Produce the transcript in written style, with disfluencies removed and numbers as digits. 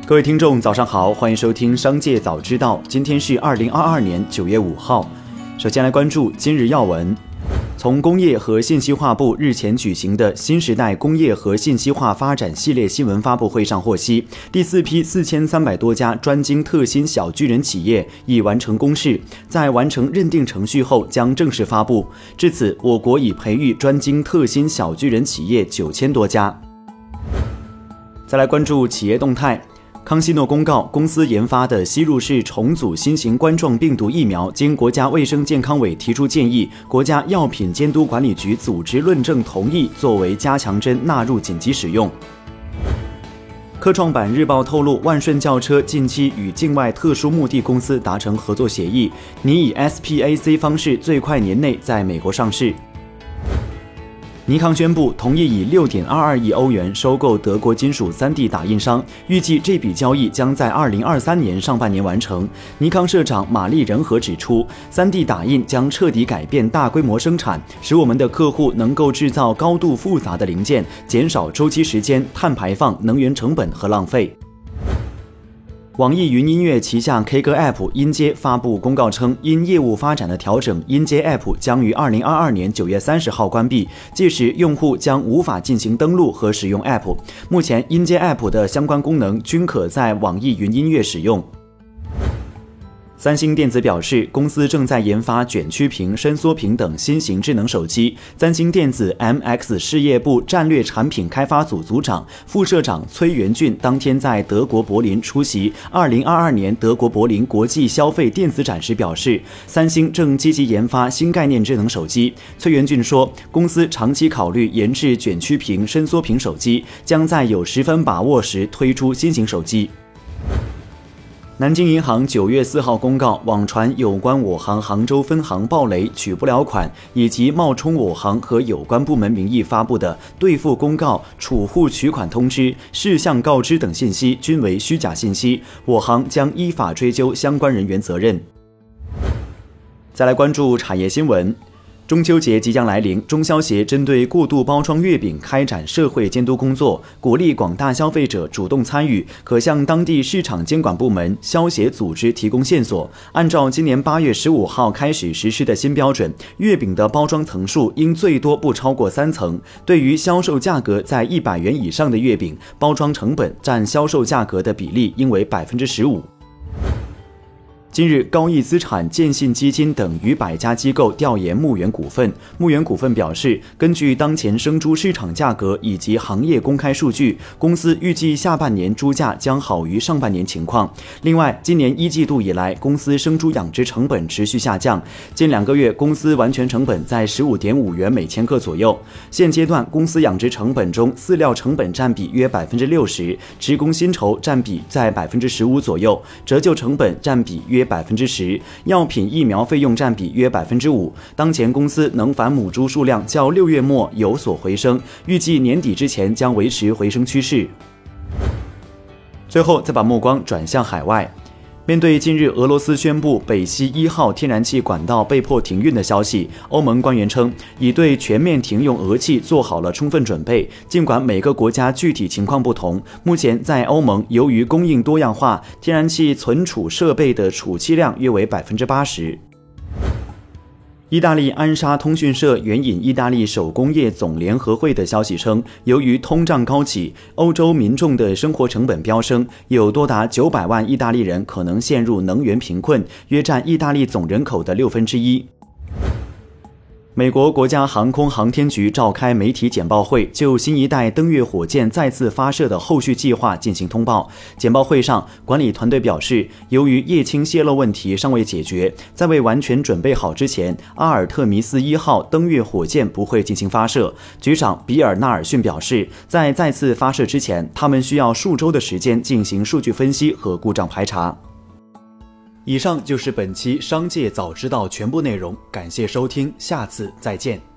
各位听众早上好，欢迎收听商界早知道，今天是2022年9月5号。首先来关注今日要闻。从工业和信息化部日前举行的新时代工业和信息化发展系列新闻发布会上获悉，第4批4300多家专精特新小巨人企业已完成公示，在完成认定程序后将正式发布。至此，我国已培育专精特新小巨人企业9000多家。再来关注企业动态。康希诺公告，公司研发的吸入式重组新型冠状病毒疫苗经国家卫生健康委提出建议，国家药品监督管理局组织论证同意，作为加强针纳入紧急使用。科创板日报透露，万顺轿车近期与境外特殊目的公司达成合作协议，拟以 SPAC 方式最快年内在美国上市。尼康宣布同意以6.22亿欧元收购德国金属 3D 打印商，预计这笔交易将在2023年上半年完成。尼康社长马丽仁和指出， 3D 打印将彻底改变大规模生产，使我们的客户能够制造高度复杂的零件，减少周期时间、碳排放、能源成本和浪费。网易云音乐旗下 K 歌 App 音阶发布公告称，因业务发展的调整，音阶 App 将于2022年9月30号关闭，届时用户将无法进行登录和使用 App。目前，音阶 App 的相关功能均可在网易云音乐使用。三星电子表示，公司正在研发卷曲屏、伸缩屏等新型智能手机。三星电子 MX 事业部战略产品开发组组长、副社长崔元俊当天在德国柏林出席2022年德国柏林国际消费电子展时表示，三星正积极研发新概念智能手机。崔元俊说，公司长期考虑研制卷曲屏、伸缩屏手机，将在有10分把握时推出新型手机。南京银行9月4号公告，网传有关我行杭州分行暴雷取不了款，以及冒充我行和有关部门名义发布的兑付公告、储户取款通知、事项告知等信息均为虚假信息，我行将依法追究相关人员责任。再来关注产业新闻。中秋节即将来临，中消协针对过度包装月饼开展社会监督工作，鼓励广大消费者主动参与，可向当地市场监管部门、消协组织提供线索。按照今年8月15号开始实施的新标准，月饼的包装层数应最多不超过3层。对于销售价格在100元以上的月饼，包装成本占销售价格的比例应为15%。近日，高毅资产、建信基金等逾100家机构调研牧原股份。牧原股份表示，根据当前生猪市场价格以及行业公开数据，公司预计下半年猪价将好于上半年情况。另外，今年1季度以来，公司生猪养殖成本持续下降，近2个月公司完全成本在15.5元每千克左右。现阶段，公司养殖成本中饲料成本占比约60%，职工薪酬占比在15%左右，折旧成本占比约10%，药品疫苗费用占比约5%。当前公司能繁母猪数量较6月末有所回升，预计年底之前将维持回升趋势。最后再把目光转向海外。面对近日俄罗斯宣布北溪1号天然气管道被迫停运的消息，欧盟官员称已对全面停用俄气做好了充分准备。尽管每个国家具体情况不同，目前在欧盟，由于供应多样化，天然气存储设备的储气量约为80%。意大利安莎通讯社援引意大利手工业总联合会的消息称，由于通胀高企，欧洲民众的生活成本飙升，有多达900万意大利人可能陷入能源贫困，约占意大利总人口的1/6。美国国家航空航天局召开媒体简报会，就新一代登月火箭再次发射的后续计划进行通报。简报会上，管理团队表示，由于液氢泄漏问题尚未解决，在未完全准备好之前，阿尔特弥斯1号登月火箭不会进行发射。局长比尔纳尔逊表示，在再次发射之前，他们需要数周的时间进行数据分析和故障排查。以上就是本期商界早知道全部内容，感谢收听，下次再见。